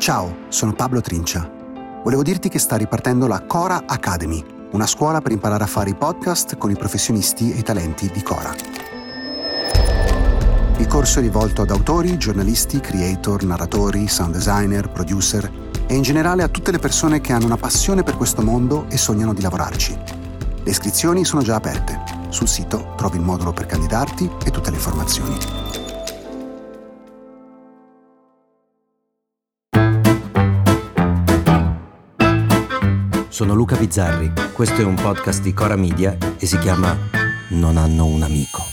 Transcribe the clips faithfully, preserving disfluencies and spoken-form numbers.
Ciao, sono Pablo Trincia. Volevo dirti che sta ripartendo la Cora Academy, una scuola per imparare a fare i podcast con i professionisti e i talenti di Cora. Il corso è rivolto ad autori, giornalisti, creator, narratori, sound designer, producer e in generale a tutte le persone che hanno una passione per questo mondo e sognano di lavorarci. Le iscrizioni sono già aperte. Sul sito trovi il modulo per candidarti e tutte le informazioni. Sono Luca Bizzarri, questo è un podcast di Cora Media e si chiama Non hanno un amico.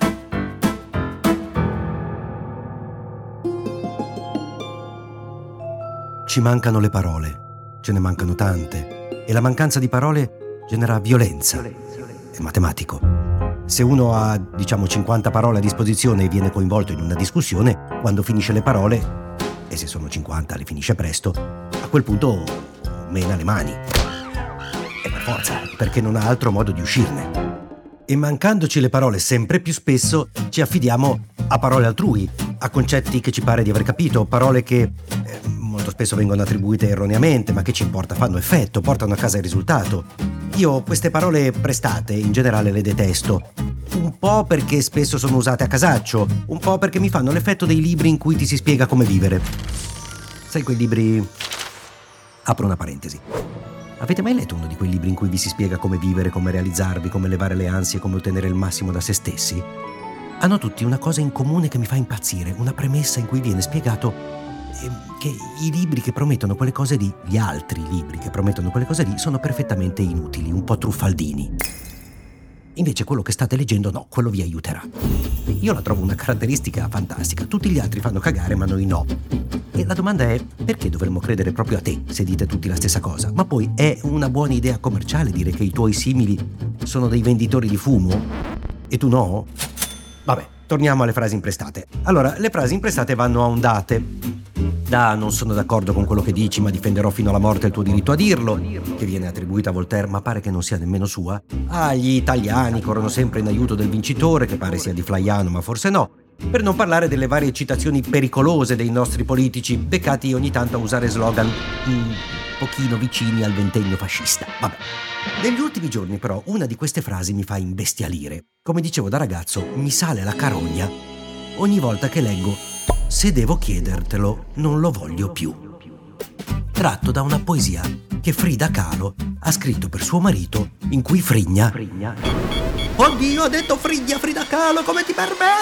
Ci mancano le parole, ce ne mancano tante, e la mancanza di parole genera violenza. È matematico. Se uno ha, diciamo, cinquanta parole a disposizione e viene coinvolto in una discussione, quando finisce le parole, e se sono cinquanta le finisce presto, a quel punto mena le mani. E per forza, perché non ha altro modo di uscirne. E mancandoci le parole sempre più spesso ci affidiamo a parole altrui, a concetti che ci pare di aver capito, parole che eh, molto spesso vengono attribuite erroneamente, ma che ci importa, fanno effetto, portano a casa il risultato. Io queste parole prestate in generale le detesto, un po' perché spesso sono usate a casaccio, un po' perché mi fanno l'effetto dei libri in cui ti si spiega come vivere. Sai quei libri... Apro una parentesi. Avete mai letto uno di quei libri in cui vi si spiega come vivere, come realizzarvi, come levare le ansie, come ottenere il massimo da se stessi? Hanno tutti una cosa in comune che mi fa impazzire, una premessa in cui viene spiegato eh, che i libri che promettono quelle cose lì, gli altri libri che promettono quelle cose lì, sono perfettamente inutili, un po' truffaldini. Invece quello che state leggendo no, quello vi aiuterà. Io la trovo una caratteristica fantastica. Tutti gli altri fanno cagare, ma noi no. E la domanda è: perché dovremmo credere proprio a te se dite tutti la stessa cosa? Ma poi è una buona idea commerciale dire che i tuoi simili sono dei venditori di fumo? E tu no? Vabbè, torniamo alle frasi imprestate. Allora, le frasi imprestate vanno a ondate. Da non sono d'accordo con quello che dici, ma difenderò fino alla morte il tuo diritto a dirlo, che viene attribuita a Voltaire, ma pare che non sia nemmeno sua. Ah, gli italiani corrono sempre in aiuto del vincitore, che pare sia di Flaiano, ma forse no. Per non parlare delle varie citazioni pericolose dei nostri politici, beccati ogni tanto a usare slogan un pochino vicini al ventennio fascista. Vabbè. Negli ultimi giorni, però, una di queste frasi mi fa imbestialire. Come dicevo da ragazzo, mi sale la carogna ogni volta che leggo "Se devo chiedertelo, non lo voglio più", tratto da una poesia che Frida Kahlo ha scritto per suo marito, in cui Frigna... Oddio, ha detto Frigna, Frida Kahlo, come ti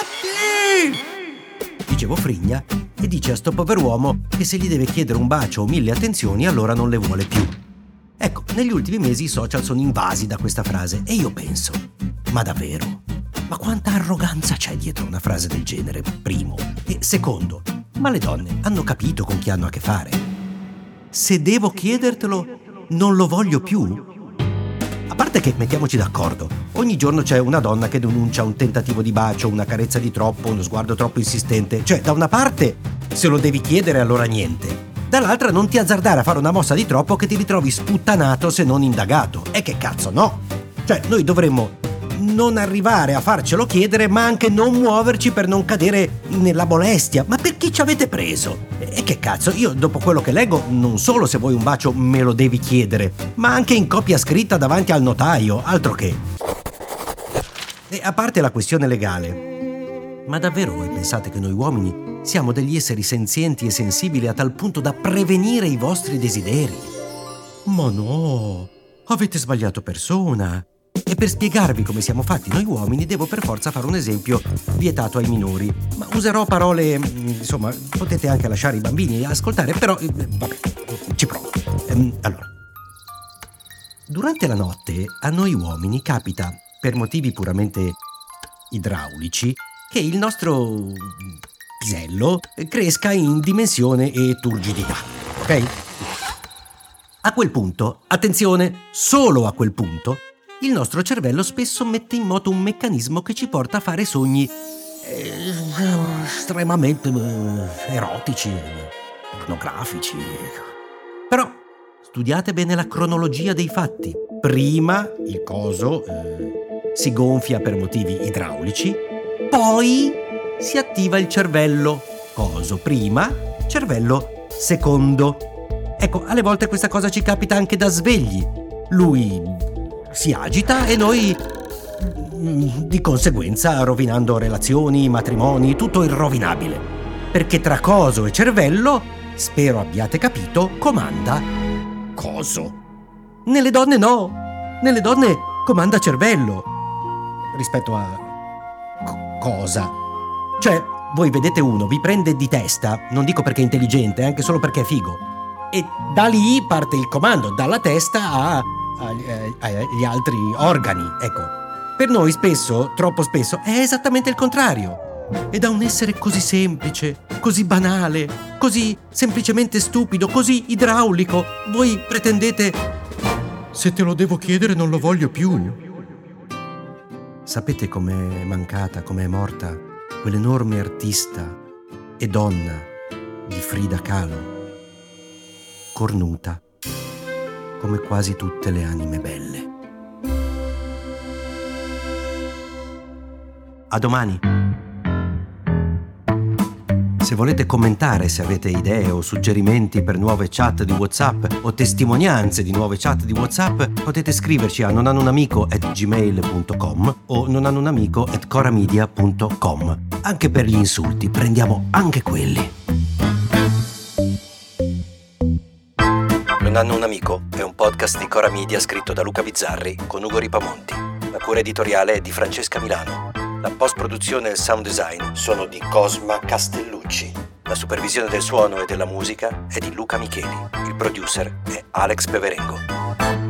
permetti? Dicevo Frigna, e dice a sto pover'uomo che se gli deve chiedere un bacio o mille attenzioni, allora non le vuole più. Ecco, negli ultimi mesi i social sono invasi da questa frase e io penso: ma davvero? Ma quanta arroganza c'è dietro una frase del genere, primo. E secondo, ma le donne hanno capito con chi hanno a che fare? Se devo chiedertelo, non lo voglio più? A parte che, mettiamoci d'accordo, ogni giorno c'è una donna che denuncia un tentativo di bacio, una carezza di troppo, uno sguardo troppo insistente. Cioè, da una parte, se lo devi chiedere allora niente. Dall'altra, non ti azzardare a fare una mossa di troppo che ti ritrovi sputtanato se non indagato. E che cazzo, no? Cioè, noi dovremmo non arrivare a farcelo chiedere, ma anche non muoverci per non cadere nella molestia. Ma per chi ci avete preso? E che cazzo, io dopo quello che leggo, non solo se vuoi un bacio me lo devi chiedere, ma anche in copia scritta davanti al notaio, altro che. E a parte la questione legale, ma davvero voi pensate che noi uomini siamo degli esseri senzienti e sensibili a tal punto da prevenire i vostri desideri? Ma no, avete sbagliato persona. E per spiegarvi come siamo fatti noi uomini devo per forza fare un esempio vietato ai minori. Ma userò parole, insomma, potete anche lasciare i bambini ascoltare, però vabbè, ci provo. Ehm, allora, durante la notte a noi uomini capita, per motivi puramente idraulici, che il nostro pisello cresca in dimensione e turgidità, ok? A quel punto, attenzione, solo a quel punto, il nostro cervello spesso mette in moto un meccanismo che ci porta a fare sogni eh, estremamente eh, erotici, pornografici. Però studiate bene la cronologia dei fatti. Prima il coso eh, si gonfia per motivi idraulici, poi si attiva il cervello. Coso prima, cervello secondo. Ecco, alle volte questa cosa ci capita anche da svegli. Lui si agita e noi, di conseguenza, rovinando relazioni, matrimoni, tutto il rovinabile. Perché tra coso e cervello, spero abbiate capito, comanda coso. Nelle donne no, nelle donne comanda cervello rispetto a co- cosa. Cioè, voi vedete uno, vi prende di testa, non dico perché è intelligente, anche solo perché è figo, e da lì parte il comando, dalla testa a, a, a, agli altri organi, ecco. Per noi spesso, troppo spesso, è esattamente il contrario. E da un essere così semplice, così banale, così semplicemente stupido, così idraulico, voi pretendete: se te lo devo chiedere non lo voglio più. Sapete com'è mancata, com'è morta quell'enorme artista e donna di Frida Kahlo? Cornuta, come quasi tutte le anime belle. A domani! Se volete commentare, se avete idee o suggerimenti per nuove chat di WhatsApp o testimonianze di nuove chat di WhatsApp, potete scriverci a nonhanunamico at gmail punto com o nonhanunamico at coramedia punto com. Anche per gli insulti, prendiamo anche quelli. Non hanno un amico è un podcast di Cora Media scritto da Luca Bizzarri con Ugo Ripamonti. La cura editoriale è di Francesca Milano. La post-produzione e il sound design sono di Cosma Castellucci. La supervisione del suono e della musica è di Luca Micheli. Il producer è Alex Peverengo.